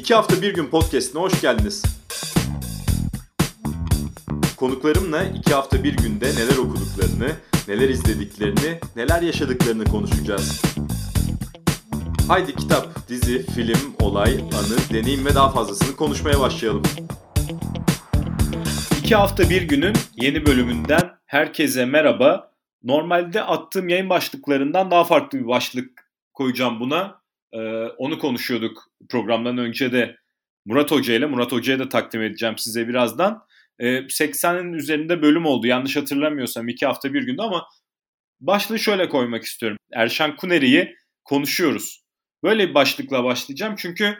İki hafta bir gün podcast'ine hoş geldiniz. Konuklarımla iki hafta bir günde neler okuduklarını, neler izlediklerini, neler yaşadıklarını konuşacağız. Haydi kitap, dizi, film, olay, anı, deneyim ve daha fazlasını konuşmaya başlayalım. İki hafta bir günün yeni bölümünden herkese merhaba. Normalde attığım yayın başlıklarından daha farklı bir başlık koyacağım buna. Onu konuşuyorduk programdan önce de Murat Hoca ile. Murat Hoca'ya da takdim edeceğim size birazdan. 80'in üzerinde bölüm oldu. Yanlış hatırlamıyorsam 2 hafta bir günde ama başlığı şöyle koymak istiyorum. Erşan Kuneri'yi konuşuyoruz. Böyle bir başlıkla başlayacağım çünkü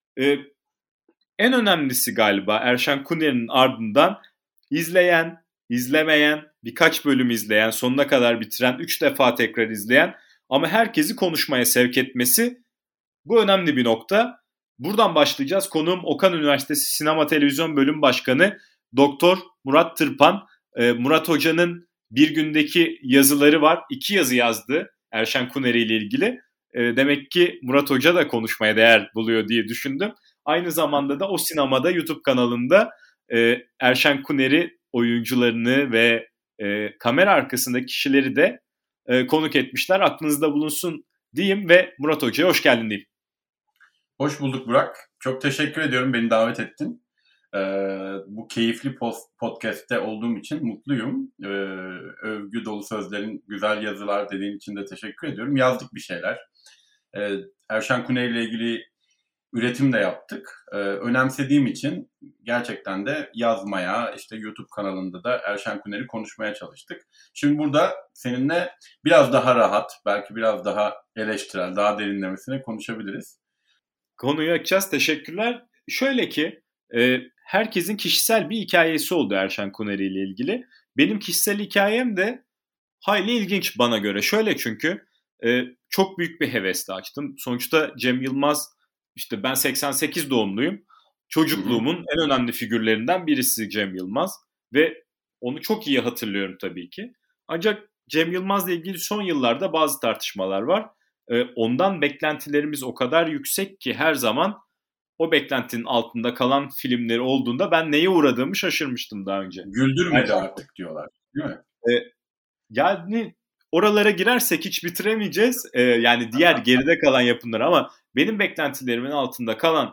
en önemlisi galiba Erşan Kuneri'nin ardından izleyen, izlemeyen, birkaç bölüm izleyen, sonuna kadar bitiren, 3 defa tekrar izleyen ama herkesi konuşmaya sevk etmesi. Bu önemli bir nokta. Buradan başlayacağız. Konuğum Okan Üniversitesi Sinema Televizyon Bölüm Başkanı Doktor Murat Tırpan. Murat Hoca'nın bir gündeki yazıları var. 2 yazı yazdı Erşan Kuneri ile ilgili. Demek ki Murat Hoca da konuşmaya değer buluyor diye düşündüm. Aynı zamanda da o sinemada YouTube kanalında Erşan Kuneri oyuncularını ve kamera arkasındaki kişileri de konuk etmişler. Aklınızda bulunsun diyeyim ve Murat Hoca'ya hoş geldin diyeyim. Hoş bulduk Burak. Çok teşekkür ediyorum, beni davet ettin. Bu keyifli podcast'te olduğum için mutluyum. Övgü dolu sözlerin, güzel yazılar dediğin için de teşekkür ediyorum. Yazdık bir şeyler. Erşan Kuneri ile ilgili üretim de yaptık. Önemsediğim için gerçekten de yazmaya, işte YouTube kanalında da Erşan Kuneri konuşmaya çalıştık. Şimdi burada seninle biraz daha rahat, belki biraz daha eleştirel, daha derinlemesine konuşabiliriz. Konuyu açacağız. Teşekkürler. Şöyle ki herkesin kişisel bir hikayesi oldu Erşan Kuneri ile ilgili. Benim kişisel hikayem de hayli ilginç bana göre. Şöyle çünkü çok büyük bir hevesle açtım. Sonuçta Cem Yılmaz, işte ben 88 doğumluyum. Çocukluğumun en önemli figürlerinden birisi Cem Yılmaz. Ve onu çok iyi hatırlıyorum tabii ki. Ancak Cem Yılmaz'la ilgili son yıllarda bazı tartışmalar var. Ondan beklentilerimiz o kadar yüksek ki her zaman o beklentinin altında kalan filmleri olduğunda ben neye uğradığımı şaşırmıştım daha önce. Güldürmedi artık diyorlar, değil mi? Yani oralara girersek hiç bitiremeyeceğiz. Yani diğer geride kalan yapımlar ama benim beklentilerimin altında kalan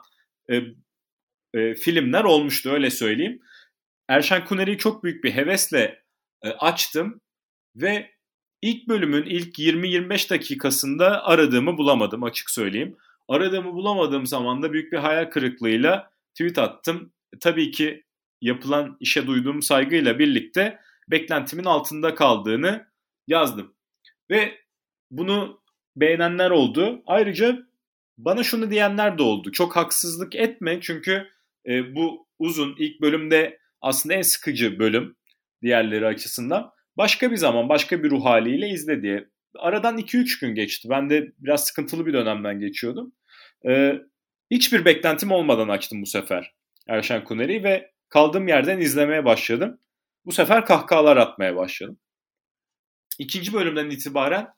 filmler olmuştu, öyle söyleyeyim. Erşan Kuneri'yi çok büyük bir hevesle açtım ve ilk bölümün ilk 20-25 dakikasında aradığımı bulamadım, açık söyleyeyim. Aradığımı bulamadığım zaman da büyük bir hayal kırıklığıyla tweet attım. Tabii ki yapılan işe duyduğum saygıyla birlikte beklentimin altında kaldığını yazdım. Ve bunu beğenenler oldu. Ayrıca bana şunu diyenler de oldu. Çok haksızlık etme çünkü bu uzun, ilk bölümde aslında en sıkıcı bölüm diğerleri açısından. Başka bir zaman, başka bir ruh haliyle izle diye. Aradan 2-3 gün geçti. Ben de biraz sıkıntılı bir dönemden geçiyordum. Hiçbir beklentim olmadan açtım bu sefer Erşan Kuneri'yi ve kaldığım yerden izlemeye başladım. Bu sefer kahkahalar atmaya başladım. İkinci bölümden itibaren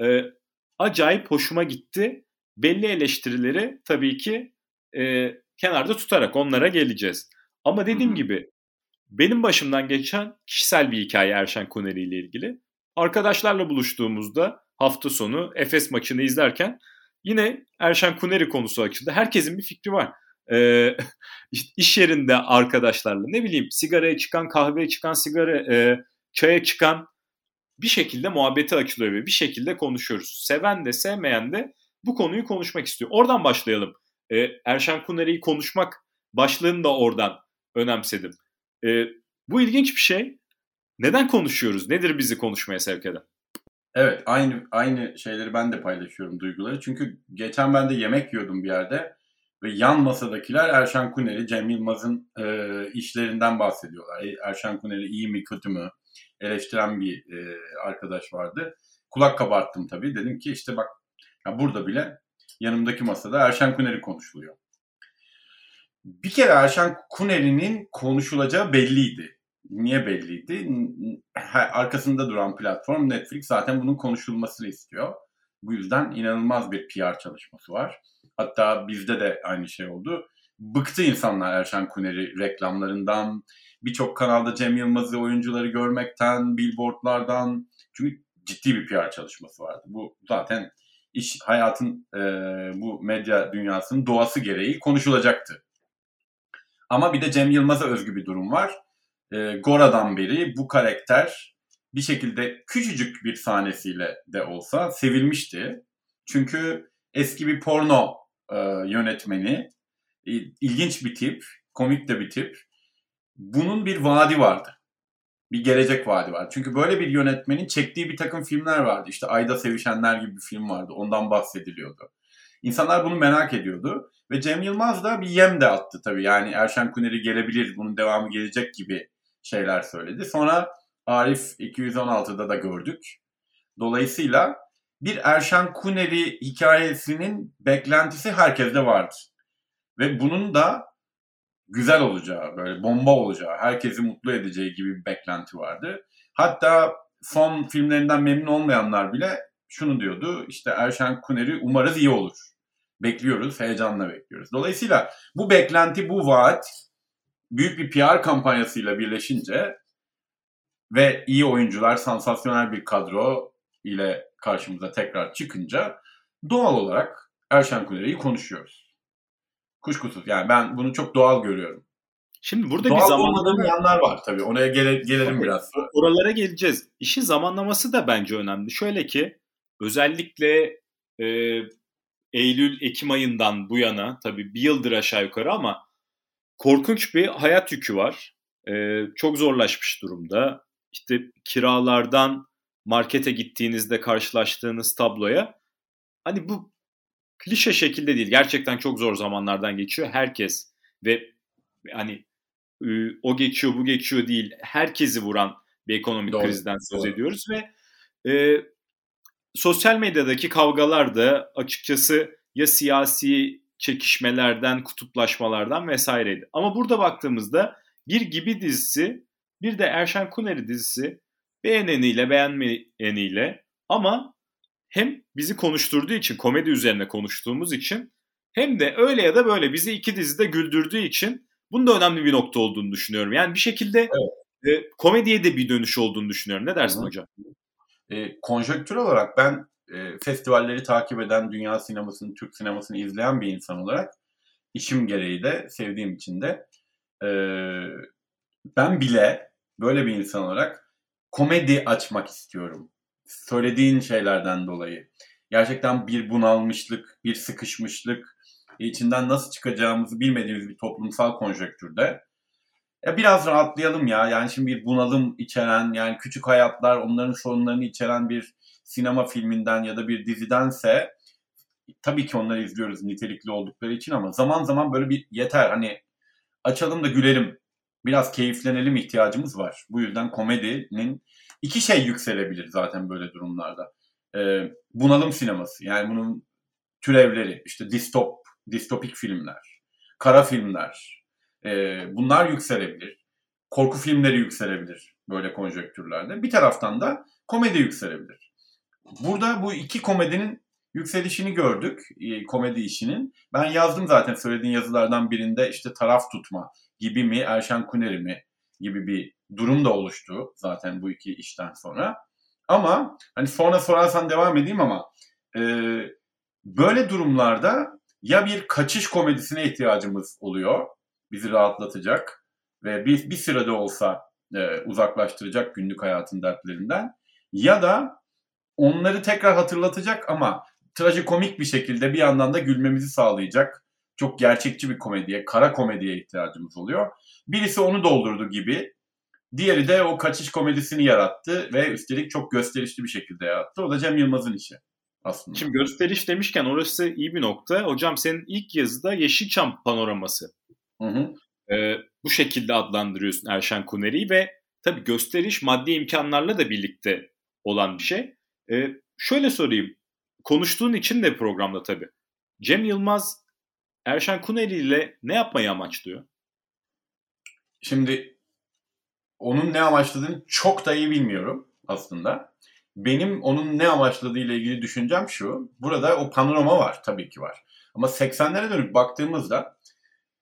acayip hoşuma gitti. Belli eleştirileri tabii ki kenarda tutarak onlara geleceğiz. Ama dediğim gibi benim başımdan geçen kişisel bir hikaye Erşan Kuneri ile ilgili. Arkadaşlarla buluştuğumuzda hafta sonu Efes maçını izlerken yine Erşan Kuneri konusu açıldı. Herkesin bir fikri var. İşte iş yerinde arkadaşlarla, ne bileyim, sigaraya çıkan, kahveye çıkan, çaya çıkan bir şekilde muhabbeti açılıyor ve bir şekilde konuşuyoruz. Seven de sevmeyen de bu konuyu konuşmak istiyor. Oradan başlayalım. Erşan Kuneri'yi konuşmak başlığını da oradan önemsedim. Bu ilginç bir şey. Neden konuşuyoruz? Nedir bizi konuşmaya sevk eden? Evet, aynı şeyleri ben de paylaşıyorum, duyguları. Çünkü geçen ben de yemek yiyordum bir yerde ve yan masadakiler Erşan Kuneri, Cem Yılmaz'ın işlerinden bahsediyorlar. Erşan Kuneri iyi mi kötü mü eleştiren bir arkadaş vardı. Kulak kabarttım tabii. Dedim ki işte bak, ya burada bile yanımdaki masada Erşan Kuneri konuşuluyor. Bir kere Erşan Kuneri'nin konuşulacağı belliydi. Niye belliydi? Arkasında duran platform Netflix zaten bunun konuşulmasını istiyor. Bu yüzden inanılmaz bir PR çalışması var. Hatta bizde de aynı şey oldu. bıktı insanlar Erşen Kuneri reklamlarından, birçok kanalda Cem Yılmaz'ı, oyuncuları görmekten, billboardlardan. Çünkü ciddi bir PR çalışması vardı. Bu zaten hayatın, bu medya dünyasının doğası gereği konuşulacaktı. Ama bir de Cem Yılmaz'a özgü bir durum var. Gora'dan beri bu karakter bir şekilde küçücük bir sahnesiyle de olsa sevilmişti. Çünkü eski bir porno yönetmeni, ilginç bir tip, komik de bir tip. Bunun bir vaadi vardı. Bir gelecek vaadi var. Çünkü böyle bir yönetmenin çektiği bir takım filmler vardı. İşte Ayda Sevişenler gibi bir film vardı. Ondan bahsediliyordu. İnsanlar bunu merak ediyordu. Ve Cem Yılmaz da bir yem de attı tabii. Yani Erşen Kuneri gelebilir, bunun devamı gelecek gibi şeyler söyledi. Sonra Arif 216'da da gördük. Dolayısıyla bir Erşen Kuneri hikayesinin beklentisi herkeste vardı. Ve bunun da güzel olacağı, böyle bomba olacağı, herkesi mutlu edeceği gibi bir beklenti vardı. Hatta son filmlerinden memnun olmayanlar bile şunu diyordu: işte Erşen Kuneri umarız iyi olur. Bekliyoruz, heyecanla bekliyoruz. Dolayısıyla bu beklenti, bu vaat büyük bir PR kampanyasıyla birleşince ve iyi oyuncular, sansasyonel bir kadro ile karşımıza tekrar çıkınca doğal olarak Erşen Kuneri'yi konuşuyoruz. Kuşkusuz, yani ben bunu çok doğal görüyorum. Şimdi burada doğal bir zamanlama... olmadığım yanlar var tabii. Oraya gelelim biraz. Oralara geleceğiz. İşin zamanlaması da bence önemli. Şöyle ki özellikle Eylül-Ekim ayından bu yana, tabii bir yıldır aşağı yukarı, ama korkunç bir hayat yükü var. Çok zorlaşmış durumda. İşte kiralardan markete gittiğinizde karşılaştığınız tabloya, hani bu klişe şekilde değil, gerçekten çok zor zamanlardan geçiyor herkes ve hani o geçiyor bu geçiyor değil, herkesi vuran bir ekonomik krizden söz ediyoruz ve sosyal medyadaki kavgalar da açıkçası ya siyasi çekişmelerden, kutuplaşmalardan vesaireydi. Ama burada baktığımızda bir Gibi dizisi, bir de Erşen Kuneri dizisi, beğeneniyle beğenmeyeniyle, ama hem bizi konuşturduğu için, komedi üzerine konuştuğumuz için, hem de öyle ya da böyle bizi iki dizide güldürdüğü için bunun da önemli bir nokta olduğunu düşünüyorum. Yani bir şekilde komediye de bir dönüş olduğunu düşünüyorum. Ne dersin hocam? Konjonktür olarak ben festivalleri takip eden, dünya sinemasını, Türk sinemasını izleyen bir insan olarak, işim gereği de sevdiğim için de ben bile böyle bir insan olarak komedi açmak istiyorum. Söylediğin şeylerden dolayı. Gerçekten bir bunalmışlık, bir sıkışmışlık, içinden nasıl çıkacağımızı bilmediğimiz bir toplumsal konjonktürde biraz rahatlayalım ya. Yani şimdi bir bunalım içeren, yani küçük hayatlar, onların sorunlarını içeren bir sinema filminden ya da bir dizidense, tabii ki onları izliyoruz nitelikli oldukları için, ama zaman zaman böyle bir yeter, hani açalım da gülelim, biraz keyiflenelim ihtiyacımız var. Bu yüzden komedinin iki şey yükselebilir zaten böyle durumlarda. Bunalım sineması, yani bunun türevleri, işte distopik filmler, kara filmler, bunlar yükselebilir. Korku filmleri yükselebilir böyle konjonktürlerde. Bir taraftan da komedi yükselebilir. Burada bu iki komedinin yükselişini gördük, komedi işinin. Ben yazdım zaten söylediğin yazılardan birinde, işte taraf tutma gibi mi, Erşen Kuneri mi gibi bir durum da oluştu zaten bu iki işten sonra. Ama hani sonra sorarsan devam edeyim, ama böyle durumlarda ya bir kaçış komedisine ihtiyacımız oluyor, bizi rahatlatacak ve bir sürede olsa uzaklaştıracak günlük hayatın dertlerinden, ya da onları tekrar hatırlatacak ama trajikomik bir şekilde bir yandan da gülmemizi sağlayacak çok gerçekçi bir komediye, kara komediye ihtiyacımız oluyor. Birisi onu doldurdu gibi, diğeri de o kaçış komedisini yarattı ve üstelik çok gösterişli bir şekilde yarattı. O da Cem Yılmaz'ın işi aslında. Şimdi gösteriş demişken orası iyi bir nokta. Hocam senin ilk yazıda Yeşilçam panoraması. Hı. Bu şekilde adlandırıyorsun Erşen Kuneri'yi ve tabii gösteriş maddi imkanlarla da birlikte olan bir şey. Şöyle sorayım. Konuştuğun için de programda tabii. Cem Yılmaz Erşen Kuneri ile ne yapmayı amaçlıyor? Şimdi onun ne amaçladığını çok da iyi bilmiyorum aslında. Benim onun ne amaçladığıyla ilgili düşüncem şu: burada o panorama var, tabii ki var. Ama 80'lere dönüp baktığımızda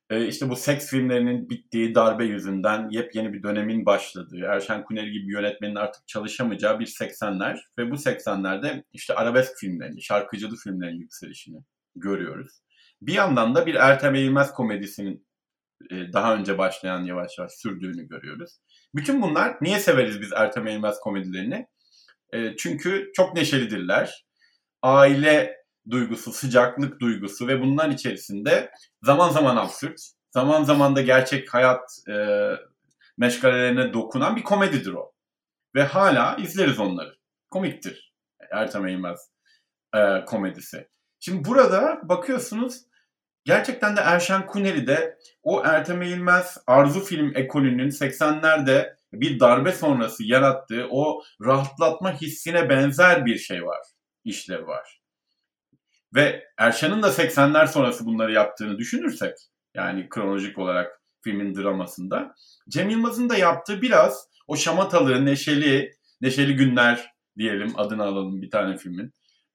İşte bu seks filmlerinin bittiği darbe yüzünden yepyeni bir dönemin başladığı, Erşen Kuneri gibi bir yönetmenin artık çalışamayacağı bir 80'ler ve bu 80'lerde işte arabesk filmlerini, şarkıcılı filmlerin yükselişini görüyoruz. Bir yandan da bir Ertem Eğilmez komedisinin daha önce başlayan yavaş yavaş sürdüğünü görüyoruz. Bütün bunlar, niye severiz biz Ertem Eğilmez komedilerini? Çünkü çok neşelidirler. Aile duygusu, sıcaklık duygusu ve bunların içerisinde zaman zaman absürt, zaman zaman da gerçek hayat meşgalelerine dokunan bir komedidir o. Ve hala izleriz onları. Komiktir Ertem Eğilmez komedisi. Şimdi burada bakıyorsunuz, gerçekten de Erşen Kuneri de o Ertem Eğilmez Arzu film ekolünün 80'lerde bir darbe sonrası yarattığı o rahatlatma hissine benzer bir şey var, işlev var. Ve Erşan'ın da 80'ler sonrası bunları yaptığını düşünürsek, yani kronolojik olarak filmin dramasında, Cem Yılmaz'ın da yaptığı biraz o şamatalı, neşeli günler diyelim, adını alalım bir tane filmin.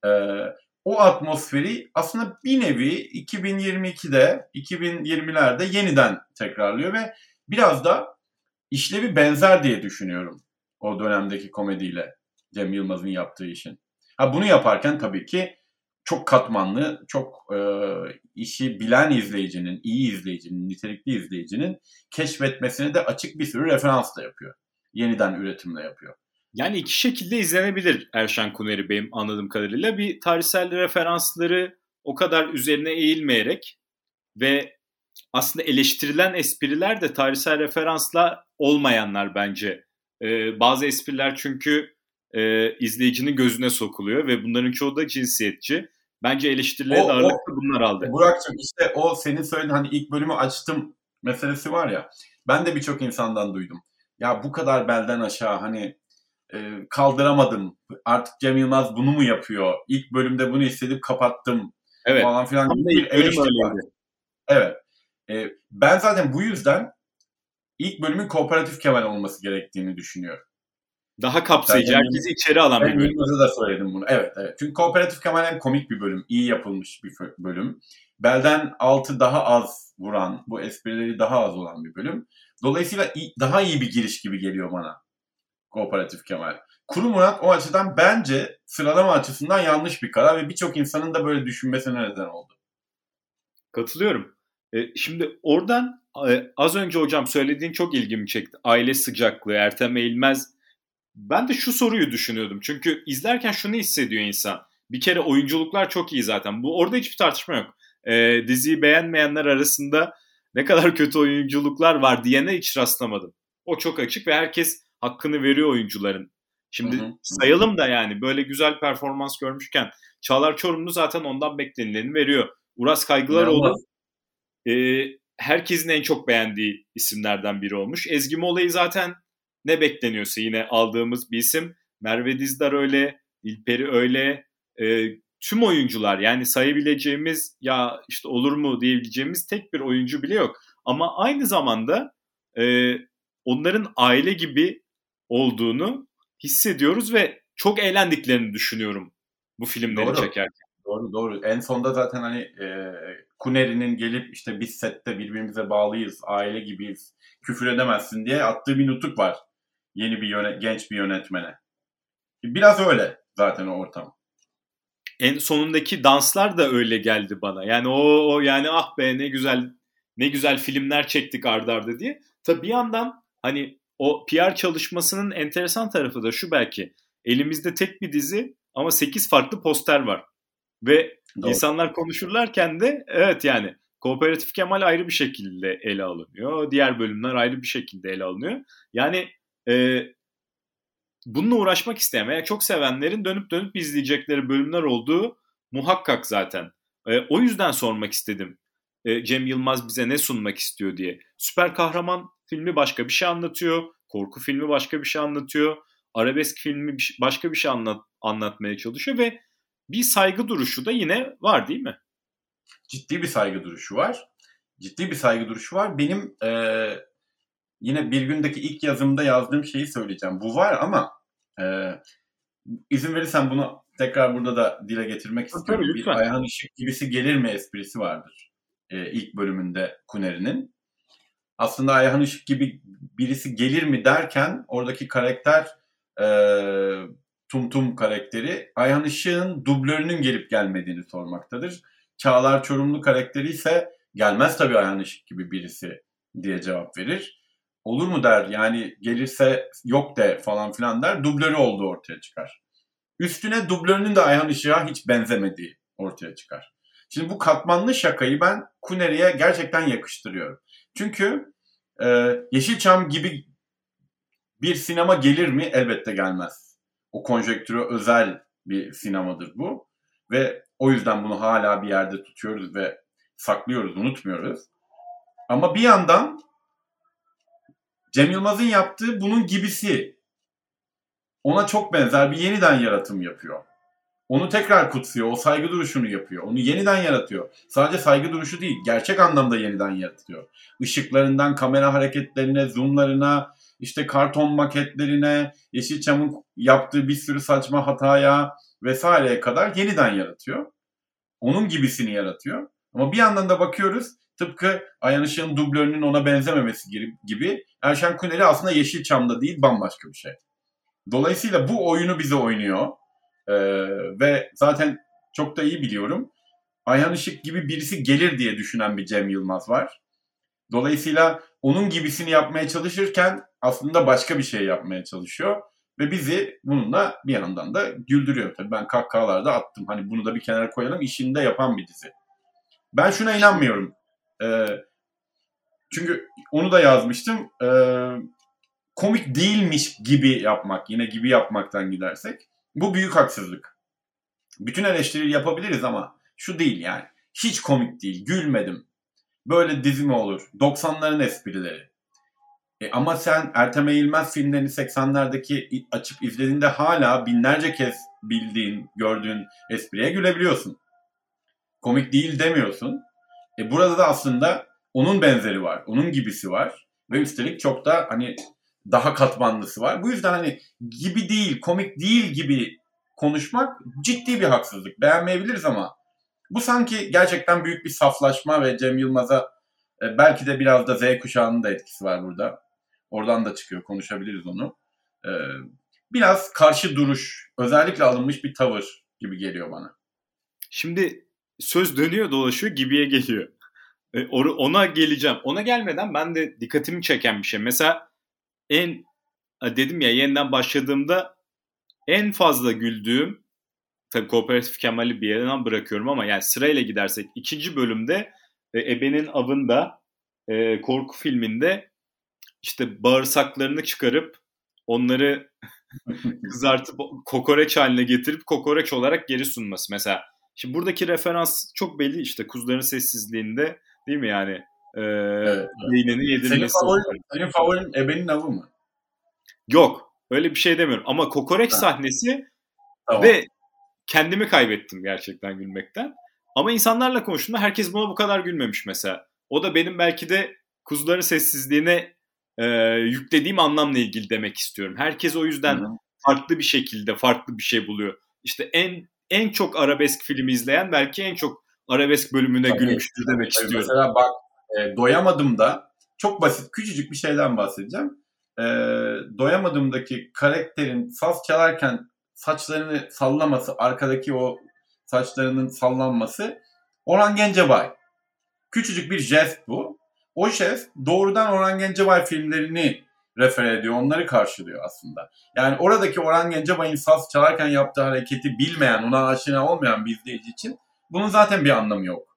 O atmosferi aslında bir nevi 2022'de, 2020'lerde yeniden tekrarlıyor ve biraz da işlevi benzer diye düşünüyorum o dönemdeki komediyle Cem Yılmaz'ın yaptığı işin. Ha, bunu yaparken tabii ki çok katmanlı, çok işi bilen izleyicinin, iyi izleyicinin, nitelikli izleyicinin keşfetmesine de açık bir sürü referansla yapıyor. Yeniden üretimle yapıyor. Yani iki şekilde izlenebilir Erşen Kuneri benim anladığım kadarıyla. Bir, tarihsel referansları o kadar üzerine eğilmeyerek ve aslında eleştirilen espriler de tarihsel referansla olmayanlar bence. Bazı espriler çünkü izleyicinin gözüne sokuluyor ve bunların çoğu da cinsiyetçi. Bence eleştirileri de ağırlıklı bunlar aldı. Burak'cığım, işte o senin söylediğin hani ilk bölümü açtım meselesi var ya, ben de birçok insandan duydum. Ya bu kadar belden aşağı hani kaldıramadım. Artık Cem Yılmaz bunu mu yapıyor? İlk bölümde bunu hissedip kapattım Evet. falan filan Tam gibi da bir ilk bölüm eleştiri var. öyleydi. Evet. Ben zaten bu yüzden ilk bölümün Kooperatif Kemal olması gerektiğini düşünüyorum. Daha kapsayıcı, herkesi içeri alan bir Ben bölüm. Yılmaz'a da söyledim bunu. Evet, evet. Çünkü Kooperatif Kemal hem komik bir bölüm, iyi yapılmış bir bölüm. Belden altı daha az vuran, bu esprileri daha az olan bir bölüm. Dolayısıyla daha iyi bir giriş gibi geliyor bana Kooperatif Kemal. Kuru Murat o açıdan bence sıralama açısından yanlış bir karar ve birçok insanın da böyle düşünmesine neden oldu. Katılıyorum. Şimdi oradan az önce hocam söylediğin çok ilgimi çekti. Aile sıcaklığı, Ertem Eğilmez. Ben de şu soruyu düşünüyordum. Çünkü izlerken şunu hissediyor insan. Bir kere oyunculuklar çok iyi zaten. Orada hiçbir tartışma yok. Diziyi beğenmeyenler arasında ne kadar kötü oyunculuklar var diyene hiç rastlamadım. O çok açık ve herkes hakkını veriyor oyuncuların. Şimdi sayalım da yani böyle güzel performans görmüşken Çağlar Çorumlu zaten ondan beklenileni veriyor. Uras Kaygılaroğlu herkesin en çok beğendiği isimlerden biri olmuş. Ezgi Mola'yı zaten ne bekleniyorsa yine aldığımız bir isim. Merve Dizdar öyle, İlperi öyle. Tüm oyuncular, yani sayabileceğimiz, ya işte olur mu diyebileceğimiz tek bir oyuncu bile yok. Ama aynı zamanda onların aile gibi olduğunu hissediyoruz ve çok eğlendiklerini düşünüyorum bu filmleri çekerken. Doğru. En sonda zaten hani Kuneri'nin gelip işte biz sette birbirimize bağlıyız, aile gibiyiz, küfür edemezsin diye attığı bir nutuk var yeni bir genç bir yönetmene. Biraz öyle zaten o ortam. En sonundaki danslar da öyle geldi bana. Yani o yani ah be ne güzel filmler çektik arda arda diye. Tabii bir yandan hani o PR çalışmasının enteresan tarafı da şu belki. Elimizde tek bir dizi ama 8 farklı poster var. Ve Doğru. insanlar konuşurlarken de evet yani Kooperatif Kemal ayrı bir şekilde ele alınıyor. Diğer bölümler ayrı bir şekilde ele alınıyor. Yani bununla uğraşmak isteyen veya çok sevenlerin dönüp dönüp izleyecekleri bölümler olduğu muhakkak zaten. O yüzden sormak istedim. Cem Yılmaz bize ne sunmak istiyor diye. Süper kahraman filmi başka bir şey anlatıyor. Korku filmi başka bir şey anlatıyor. Arabesk filmi başka bir şey anlatmaya çalışıyor ve bir saygı duruşu da yine var değil mi? Ciddi bir saygı duruşu var. Benim yine bir gündeki ilk yazımda yazdığım şeyi söyleyeceğim. Bu var ama izin verirsen bunu tekrar burada da dile getirmek istiyorum. Tabii, lütfen. Bir Ayhan Işık gibisi gelir mi esprisi vardır ilk bölümünde Kuneri'nin. Aslında Ayhan Işık gibi birisi gelir mi derken oradaki karakter Tum Tum karakteri Ayhan Işık'ın dublörünün gelip gelmediğini sormaktadır. Çağlar Çorumlu karakteri ise gelmez tabii Ayhan Işık gibi birisi diye cevap verir. Olur mu der, yani gelirse yok de falan filan der, dublörü olduğu ortaya çıkar. Üstüne dublörünün de Ayhan Işık'a hiç benzemediği ortaya çıkar. Şimdi bu katmanlı şakayı ben Kuneri'ye gerçekten yakıştırıyorum. Çünkü Yeşilçam gibi bir sinema gelir mi? Elbette gelmez. O konjektüre özel bir sinemadır bu. Ve o yüzden bunu hala bir yerde tutuyoruz ve saklıyoruz, unutmuyoruz. Ama bir yandan Cem Yılmaz'ın yaptığı bunun gibisi. Ona çok benzer bir yeniden yaratım yapıyor. Onu tekrar kutsuyor, o saygı duruşunu yapıyor. Onu yeniden yaratıyor. Sadece saygı duruşu değil, gerçek anlamda yeniden yaratıyor. Işıklarından kamera hareketlerine, zoomlarına, işte karton maketlerine, Yeşilçam'ın yaptığı bir sürü saçma hataya vesaireye kadar yeniden yaratıyor. Onun gibisini yaratıyor. Ama bir yandan da bakıyoruz, tıpkı Ayhan Işık'ın dublörünün ona benzememesi gibi Erşen Kuneri aslında Yeşilçam'da değil, bambaşka bir şey. Dolayısıyla bu oyunu bize oynuyor. Ve zaten çok da iyi biliyorum. Ayhan Işık gibi birisi gelir diye düşünen bir Cem Yılmaz var. Dolayısıyla onun gibisini yapmaya çalışırken aslında başka bir şey yapmaya çalışıyor. Ve bizi bununla bir yandan da güldürüyor. Tabii ben kahkahalar da attım. Hani bunu da bir kenara koyalım. İşini de yapan bir dizi. Ben şuna inanmıyorum. Çünkü onu da yazmıştım. Komik değilmiş gibi yapmak. Yine gibi yapmaktan gidersek. Bu büyük haksızlık. Bütün eleştiriyi yapabiliriz ama şu değil yani. Hiç komik değil. Gülmedim. Böyle dizi mi olur? 90'ların esprileri. Ama sen Ertem Eğilmez filmlerini 80'lerdeki açıp izlediğinde hala binlerce kez bildiğin, gördüğün espriye gülebiliyorsun. Komik değil demiyorsun. Burada da aslında onun benzeri var. Onun gibisi var. Ve üstelik çok da hani daha katmanlısı var. Bu yüzden hani gibi değil, komik değil gibi konuşmak ciddi bir haksızlık. Beğenmeyebiliriz ama bu sanki gerçekten büyük bir saflaşma ve Cem Yılmaz'a belki de biraz da Z kuşağının da etkisi var burada. Oradan da çıkıyor, konuşabiliriz onu. Biraz karşı duruş, özellikle alınmış bir tavır gibi geliyor bana. Şimdi söz dönüyor dolaşıyor gibiye geliyor. Ona geleceğim. Ona gelmeden ben de dikkatimi çeken bir şey. Mesela dedim ya yeniden başladığımda en fazla güldüğüm, tabii Kooperatif Kemal'i bir yerden bırakıyorum ama yani sırayla gidersek ikinci bölümde Ebe'nin Avı'nda korku filminde işte bağırsaklarını çıkarıp onları kızartıp kokoreç haline getirip kokoreç olarak geri sunması mesela. Şimdi buradaki referans çok belli, işte Kuzuların Sessizliğinde değil mi yani? Evet. Beynini yedirmesi. Senin favorin Ebe'nin Avı mı? Yok. Öyle bir şey demiyorum. Ama kokoreç sahnesi tamam. Ve kendimi kaybettim gerçekten gülmekten. Ama insanlarla konuştuğumda herkes buna bu kadar gülmemiş mesela. O da benim belki de Kuzuların Sessizliğine yüklediğim anlamla ilgili demek istiyorum. Herkes o yüzden farklı bir şekilde farklı bir şey buluyor. İşte en çok arabesk filmi izleyen belki en çok arabesk bölümüne gülmüştür demek istiyorum. Mesela bak Doyamadım da çok basit küçücük bir şeyden bahsedeceğim. Doyamadım'daki karakterin saz çalarken saçlarını sallaması, arkadaki o saçlarının sallanması Orhan Gencebay. Küçücük bir jest bu. O jest doğrudan Orhan Gencebay filmlerini refer ediyor, onları karşılıyor aslında. Yani oradaki Orhan Gencebay'ın saz çalarken yaptığı hareketi bilmeyen, ona aşina olmayan bir izleyici için bunun zaten bir anlamı yok.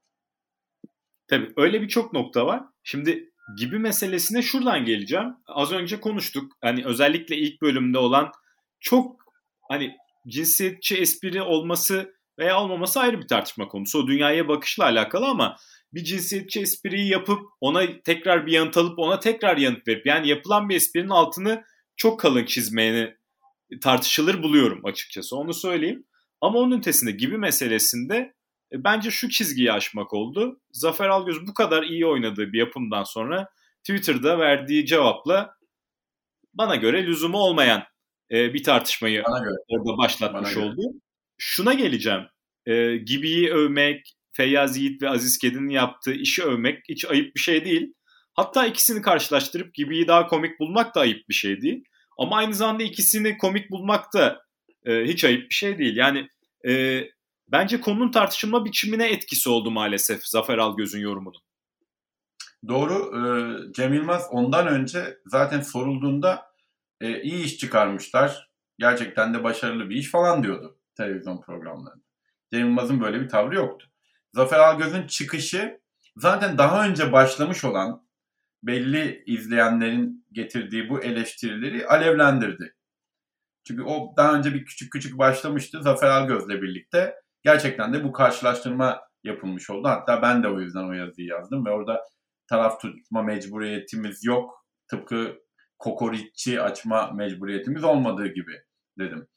Tabii öyle birçok nokta var. Şimdi gibi meselesine şuradan geleceğim. Az önce konuştuk. Hani özellikle ilk bölümde olan çok hani cinsiyetçi espri olması veya olmaması ayrı bir tartışma konusu. O dünyaya bakışla alakalı ama bir cinsiyetçi espriyi yapıp ona tekrar bir yanıt alıp ona tekrar yanıt verip yani yapılan bir esprinin altını çok kalın çizmeyeni tartışılır buluyorum açıkçası. Onu söyleyeyim. Ama onun ötesinde gibi meselesinde bence şu çizgiyi aşmak oldu. Zafer Algöz bu kadar iyi oynadığı bir yapımdan sonra Twitter'da verdiği cevapla bana göre lüzumu olmayan bir tartışmayı orada başlatmış oldu. Şuna geleceğim. Gibi'yi övmek, Feyyaz Yiğit ve Aziz Kedin'in yaptığı işi övmek hiç ayıp bir şey değil. Hatta ikisini karşılaştırıp Gibi'yi daha komik bulmak da ayıp bir şey değil. Ama aynı zamanda ikisini komik bulmak da hiç ayıp bir şey değil. Yani bence konunun tartışılma biçimine etkisi oldu maalesef Zafer Algöz'ün yorumunun. Doğru. Cem Yılmaz ondan önce zaten sorulduğunda iyi iş çıkarmışlar. Gerçekten de başarılı bir iş falan diyordu televizyon programlarında. Cem Yılmaz'ın böyle bir tavrı yoktu. Zafer Algöz'ün çıkışı zaten daha önce başlamış olan belli izleyenlerin getirdiği bu eleştirileri alevlendirdi. Çünkü o daha önce bir küçük küçük başlamıştı Zafer Algöz'le birlikte. Gerçekten de bu karşılaştırma yapılmış oldu. Hatta ben de o yüzden o yazıyı yazdım ve orada taraf tutma mecburiyetimiz yok. Tıpkı kokoreççi açma mecburiyetimiz olmadığı gibi dedim.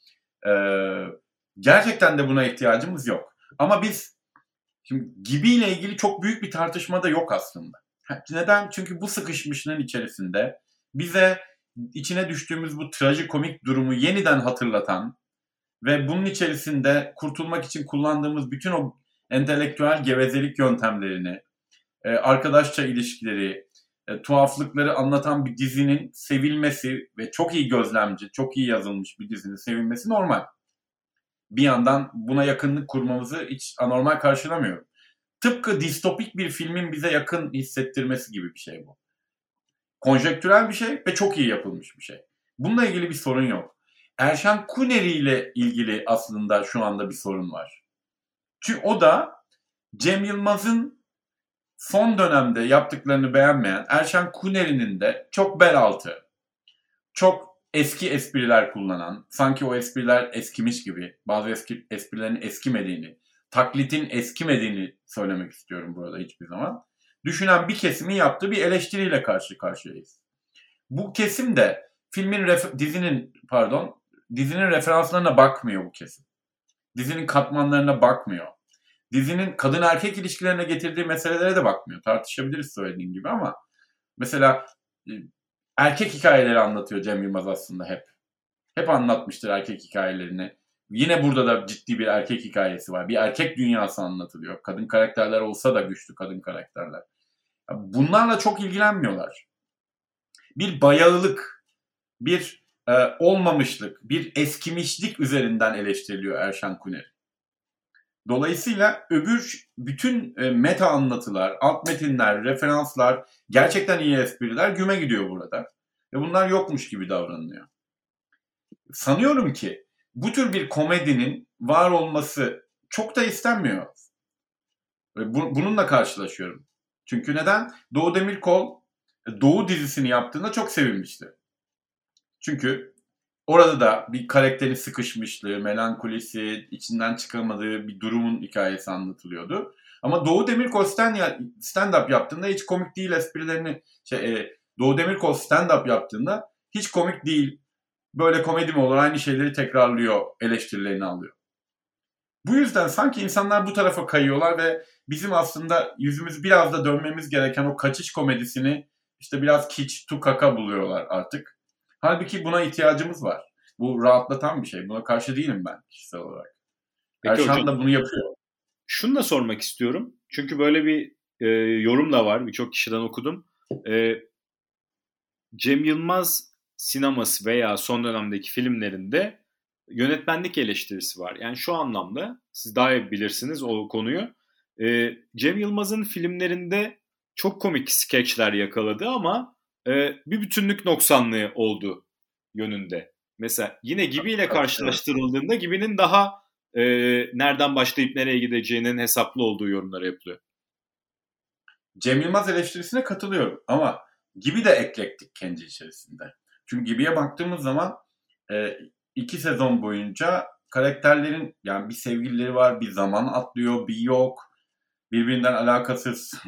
Gerçekten de buna ihtiyacımız yok. Ama biz şimdi Gibi'yle ilgili çok büyük bir tartışma da yok aslında. Neden? Çünkü bu sıkışmışlığın içerisinde bize içine düştüğümüz bu trajikomik durumu yeniden hatırlatan ve bunun içerisinde kurtulmak için kullandığımız bütün o entelektüel gevezelik yöntemlerini, arkadaşça ilişkileri, tuhaflıkları anlatan bir dizinin sevilmesi ve çok iyi gözlemci, çok iyi yazılmış bir dizinin sevilmesi normal. Bir yandan buna yakınlık kurmamızı hiç anormal karşılamıyorum. Tıpkı distopik bir filmin bize yakın hissettirmesi gibi bir şey bu. Konjektürel bir şey ve çok iyi yapılmış bir şey. Bununla ilgili bir sorun yok. Erşan Kuneri ile ilgili aslında şu anda bir sorun var. Çünkü o da Cem Yılmaz'ın son dönemde yaptıklarını beğenmeyen Erşan Kuneri'nin de çok bel altı, çok eski espriler kullanan, sanki o espriler eskimiş gibi, bazı esprilerin eskimediğini, taklitin eskimediğini söylemek istiyorum burada hiçbir zaman. Düşünen bir kesimin yaptığı bir eleştiriyle karşı karşıyayız. Bu kesim de dizinin referanslarına bakmıyor bu kesim. Dizinin katmanlarına bakmıyor. Dizinin kadın erkek ilişkilerine getirdiği meselelere de bakmıyor. Tartışabiliriz söylediğim gibi ama mesela erkek hikayeleri anlatıyor Cem Yılmaz aslında hep. Hep anlatmıştır erkek hikayelerini. Yine burada da ciddi bir erkek hikayesi var. Bir erkek dünyası anlatılıyor. Kadın karakterler olsa da güçlü kadın karakterler. Bunlarla çok ilgilenmiyorlar. Bir bayağılık, bir olmamışlık, bir eskimişlik üzerinden eleştiriliyor Erşan Kuneri. Dolayısıyla öbür bütün meta anlatılar, alt metinler, referanslar, gerçekten iyi espriler güme gidiyor burada. Ve bunlar yokmuş gibi davranılıyor. Sanıyorum ki bu tür bir komedinin var olması çok da istenmiyor. Bununla karşılaşıyorum. Çünkü neden? Doğu Demirkol Doğu dizisini yaptığında çok sevilmişti. Çünkü orada da bir karakterin sıkışmışlığı, melankolisi, içinden çıkamadığı bir durumun hikayesi anlatılıyordu. Ama Doğu Demirkol stand-up yaptığında hiç komik değil esprilerini... Doğu Demirkol stand-up yaptığında hiç komik değil, böyle komedi mi olur, aynı şeyleri tekrarlıyor, eleştirilerini alıyor. Bu yüzden sanki insanlar bu tarafa kayıyorlar ve bizim aslında yüzümüzü biraz da dönmemiz gereken o kaçış komedisini işte biraz kiç, tukaka buluyorlar artık. Halbuki buna ihtiyacımız var. Bu rahatlatan bir şey. Buna karşı değilim ben kişisel olarak. Peki Erşan hocam, da bunu yapıyor. şunu da sormak istiyorum. Çünkü böyle bir yorum da var. Birçok kişiden okudum. Cem Yılmaz sineması veya son dönemdeki filmlerinde yönetmenlik eleştirisi var. Yani şu anlamda, siz daha iyi bilirsiniz o konuyu. Cem Yılmaz'ın filmlerinde çok komik skeçler yakaladı ama bir bütünlük noksanlığı oldu yönünde. Mesela yine Gibi ile karşılaştırıldığında Gibi'nin daha nereden başlayıp nereye gideceğinin hesaplı olduğu yorumlar yapılıyor. Cem Yılmaz eleştirisine katılıyorum ama Gibi de eklektik kendi içerisinde. Çünkü Gibi'ye baktığımız zaman 2 sezon boyunca karakterlerin, yani bir sevgilileri var, bir zaman atlıyor, bir yok, birbirinden alakasız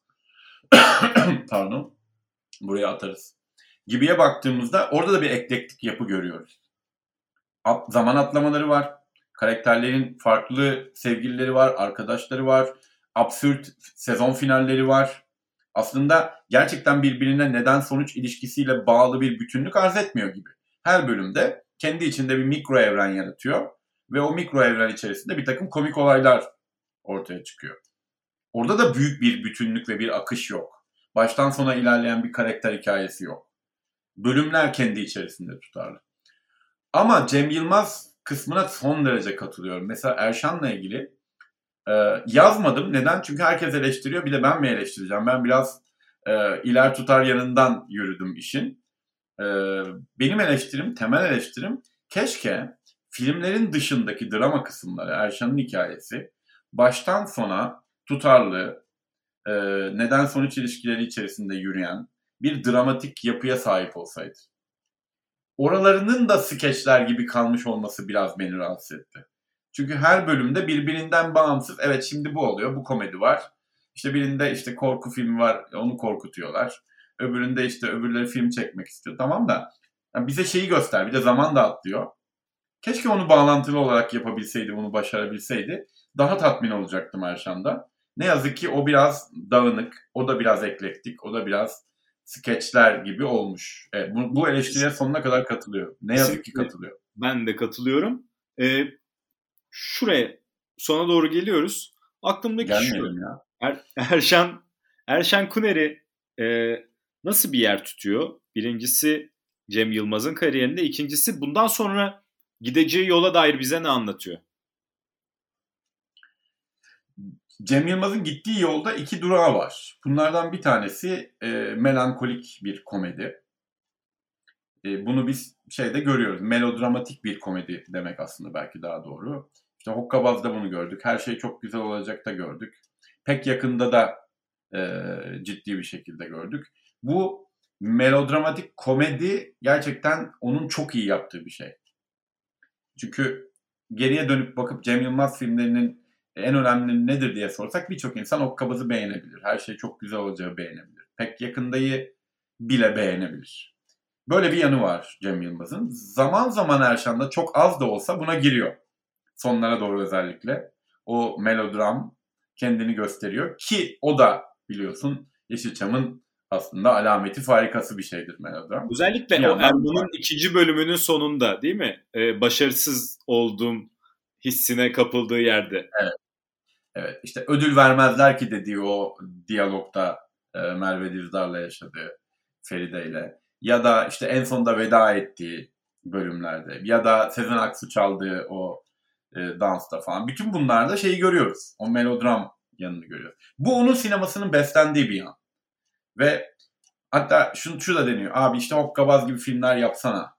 pardon, buraya atarız. Gibi'ye baktığımızda orada da bir eklektik yapı görüyoruz. Zaman atlamaları var, karakterlerin farklı sevgilileri var, arkadaşları var, absürt sezon finalleri var. Aslında gerçekten birbirine neden sonuç ilişkisiyle bağlı bir bütünlük arz etmiyor gibi. Her bölümde kendi içinde bir mikro evren yaratıyor ve o mikro evren içerisinde bir takım komik olaylar ortaya çıkıyor. Orada da büyük bir bütünlük ve bir akış yok. Baştan sona ilerleyen bir karakter hikayesi yok. Bölümler kendi içerisinde tutarlı. Ama Cem Yılmaz kısmına son derece katılıyorum. Mesela Erşan'la ilgili yazmadım. Neden? Çünkü herkes eleştiriyor. Bir de ben mi eleştireceğim? Ben biraz iler tutar yanından yürüdüm işin. Benim eleştirim, temel eleştirim, keşke filmlerin dışındaki drama kısımları, Erşan'ın hikayesi baştan sona tutarlı, neden sonuç ilişkileri içerisinde yürüyen bir dramatik yapıya sahip olsaydı. Oralarının da skeçler gibi kalmış olması biraz beni rahatsız etti. Çünkü her bölümde birbirinden bağımsız, evet şimdi bu oluyor, bu komedi var. İşte birinde işte korku filmi var, onu korkutuyorlar. Öbüründe işte öbürleri film çekmek istiyor. Tamam da yani bize şeyi göster, bir de zaman da atlıyor. Keşke onu bağlantılı olarak yapabilseydi, bunu başarabilseydi. Daha tatmin olacaktım Erşan'da. Ne yazık ki o biraz dağınık, o da biraz eklektik, o da biraz skeçler gibi olmuş. Evet, bu eleştiriye sonuna kadar katılıyorum. Ne yazık ki katılıyorum. Ben de katılıyorum. Şuraya sona doğru geliyoruz. Aklımdaki Gelmeyelim şu. ya. Erşan Kuneri nasıl bir yer tutuyor? Birincisi Cem Yılmaz'ın kariyerinde. İkincisi bundan sonra gideceği yola dair bize ne anlatıyor? Cem Yılmaz'ın gittiği yolda iki durağı var. Bunlardan bir tanesi melankolik bir komedi. Bunu biz şeyde görüyoruz. Melodramatik bir komedi demek aslında belki daha doğru. İşte Hokkabaz'da bunu gördük. Her şey çok güzel olacak da gördük. Pek yakında da ciddi bir şekilde gördük. Bu melodramatik komedi gerçekten onun çok iyi yaptığı bir şey. Çünkü geriye dönüp bakıp Cem Yılmaz filmlerinin en önemli nedir diye sorsak birçok insan Hokkabaz'ı beğenebilir. Her şey çok güzel olacağı beğenebilir. Pek yakındayı bile beğenebilir. Böyle bir yanı var Cem Yılmaz'ın. Zaman zaman Erşan'da çok az da olsa buna giriyor. Sonlara doğru özellikle. O melodram kendini gösteriyor. Ki o da biliyorsun Yeşilçam'ın aslında alameti farikası bir şeydir melodram. Özellikle o Erman'ın ikinci bölümünün sonunda değil mi? Başarısız olduğum hissine kapıldığı yerde. Evet. Evet. İşte ödül vermezler ki dediği o diyalogda Merve Dizdar'la yaşadığı Feride ile. Ya da işte en sonunda veda ettiği bölümlerde. Ya da Sezen Aksu çaldığı o dansta falan. Bütün bunlarda şeyi görüyoruz. O melodram yanını görüyoruz. Bu onun sinemasının beslendiği bir yan. Ve hatta şu da deniyor. Abi işte Hokkabaz gibi filmler yapsana.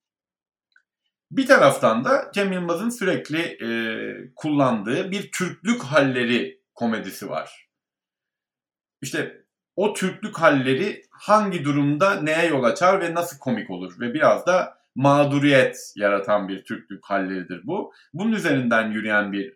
Bir taraftan da Cem Yılmaz'ın sürekli kullandığı bir Türklük halleri komedisi var. İşte o Türklük halleri hangi durumda neye yol açar ve nasıl komik olur? Ve biraz da mağduriyet yaratan bir Türklük halleridir bu. Bunun üzerinden yürüyen bir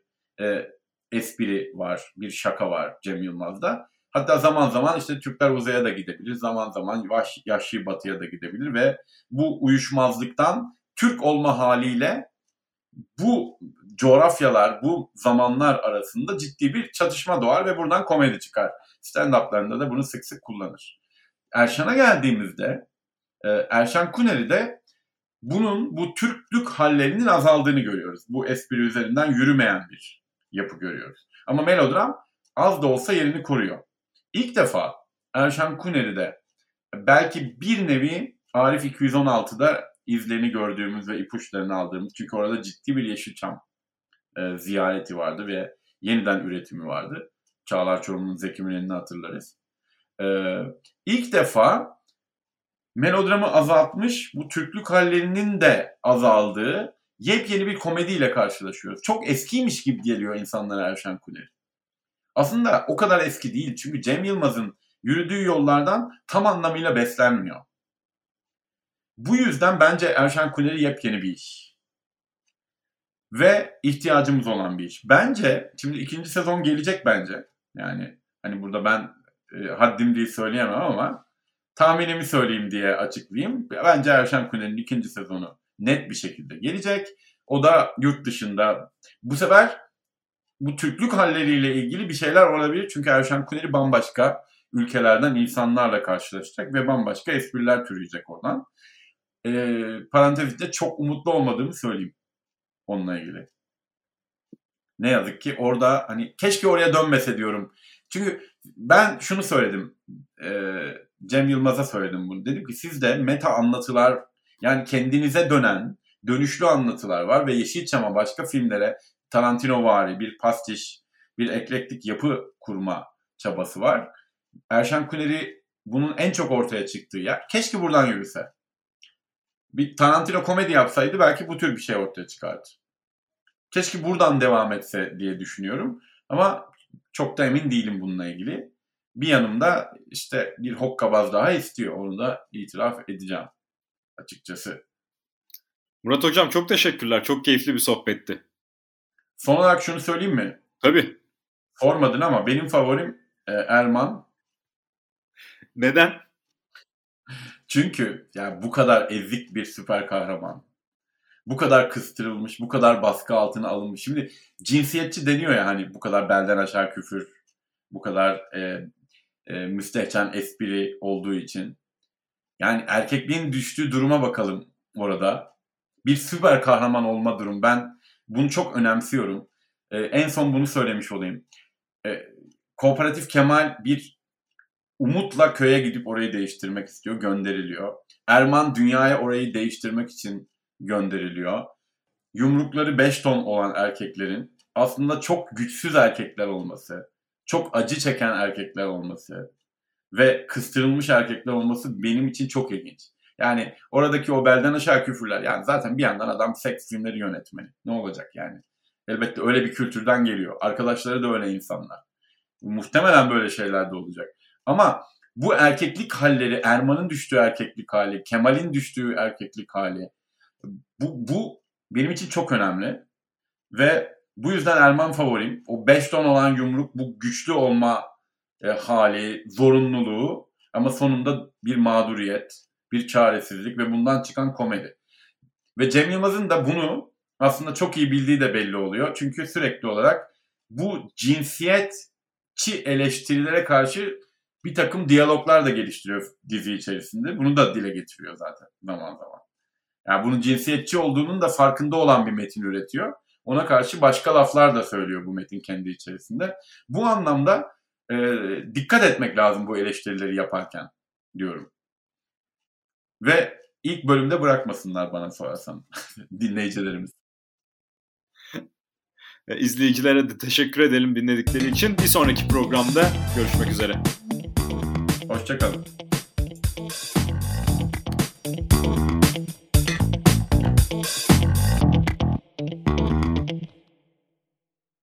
espri var, bir şaka var Cem Yılmaz'da. Hatta zaman zaman işte Türkler uzaya da gidebilir, zaman zaman Yahşi Batı'ya da gidebilir ve bu uyuşmazlıktan Türk olma haliyle bu coğrafyalar, bu zamanlar arasında ciddi bir çatışma doğar ve buradan komedi çıkar. Stand-up'larında da bunu sık sık kullanır. Erşan'a geldiğimizde Erşan Kuneri'de bu Türklük hallerinin azaldığını görüyoruz. Bu espri üzerinden yürümeyen bir yapı görüyoruz. Ama melodram az da olsa yerini koruyor. İlk defa Erşan Kuneri'de belki bir nevi Arif 216'da izlerini gördüğümüz ve ipuçlarını aldığımız, çünkü orada ciddi bir Yeşilçam ziyareti vardı ve yeniden üretimi vardı. Çağlar Çorumlu'nun Zeki Müren'ini hatırlarız. İlk defa melodramı azaltmış, bu Türklük hallerinin de azaldığı yepyeni bir komediyle karşılaşıyoruz. Çok eskiymiş gibi geliyor insanlara Erşan Kuneri. Aslında o kadar eski değil, çünkü Cem Yılmaz'ın yürüdüğü yollardan tam anlamıyla beslenmiyor. Bu yüzden bence Erşan Kuneri yepyeni bir iş. Ve ihtiyacımız olan bir iş. Bence şimdi ikinci sezon gelecek bence. Yani hani burada ben haddim değil söyleyemem ama tahminimi söyleyeyim diye açıklayayım. Bence Erşan Kuneri'nin ikinci sezonu net bir şekilde gelecek. O da yurt dışında. Bu sefer bu Türklük halleriyle ilgili bir şeyler olabilir. Çünkü Erşan Kuneri bambaşka ülkelerden insanlarla karşılaşacak ve bambaşka espriler türeyecek oradan. Parantez içinde çok umutlu olmadığımı söyleyeyim onunla ilgili. Ne yazık ki orada hani keşke oraya dönmese diyorum. Çünkü ben şunu söyledim. Cem Yılmaz'a söyledim bunu. Dedim ki sizde meta anlatılar, yani kendinize dönen dönüşlü anlatılar var ve Yeşilçam'a, başka filmlere Tarantinovari bir pastiş, bir eklektik yapı kurma çabası var. Erşen Kuneri bunun en çok ortaya çıktığı yer. Keşke buradan yürüse. Bir Tarantino komedi yapsaydı belki bu tür bir şey ortaya çıkardı. Keşke buradan devam etse diye düşünüyorum. Ama çok da emin değilim bununla ilgili. Bir yanımda işte bir hokkabaz daha istiyor. Onu da itiraf edeceğim açıkçası. Murat Hocam çok teşekkürler. Çok keyifli bir sohbetti. Son olarak şunu söyleyeyim mi? Tabii. Sormadın ama benim favorim Erman. Neden? Çünkü yani bu kadar ezik bir süper kahraman, bu kadar kıstırılmış, bu kadar baskı altına alınmış. Şimdi cinsiyetçi deniyor ya, hani bu kadar belden aşağı küfür, bu kadar müstehcen espri olduğu için. Yani erkekliğin düştüğü duruma bakalım orada. Bir süper kahraman olma durum. Ben bunu çok önemsiyorum. En son bunu söylemiş olayım. Kooperatif Kemal bir umutla köye gidip orayı değiştirmek istiyor, gönderiliyor. Erman dünyaya orayı değiştirmek için gönderiliyor. Yumrukları 5 ton olan erkeklerin aslında çok güçsüz erkekler olması, çok acı çeken erkekler olması ve kıstırılmış erkekler olması benim için çok ilginç. Yani oradaki o belden aşağı küfürler, yani zaten bir yandan adam seks filmleri yönetmeni. Ne olacak yani? Elbette öyle bir kültürden geliyor. Arkadaşları da öyle insanlar. Muhtemelen böyle şeyler de olacak. Ama bu erkeklik halleri, Erman'ın düştüğü erkeklik hali, Kemal'in düştüğü erkeklik hali, bu benim için çok önemli. Ve bu yüzden Erman favorim. O 5 ton olan yumruk, bu güçlü olma hali, zorunluluğu ama sonunda bir mağduriyet, bir çaresizlik ve bundan çıkan komedi. Ve Cem Yılmaz'ın da bunu aslında çok iyi bildiği de belli oluyor. Çünkü sürekli olarak bu cinsiyetçi eleştirilere karşı bir takım diyaloglar da geliştiriyor dizi içerisinde. Bunu da dile getiriyor zaten zaman zaman. Yani bunun cinsiyetçi olduğunun da farkında olan bir metin üretiyor. Ona karşı başka laflar da söylüyor bu metin kendi içerisinde. Bu anlamda dikkat etmek lazım bu eleştirileri yaparken diyorum. Ve ilk bölümde bırakmasınlar bana sorarsan dinleyicilerimiz. İzleyicilere de teşekkür edelim dinledikleri için. Bir sonraki programda görüşmek üzere. Hoşça kalın.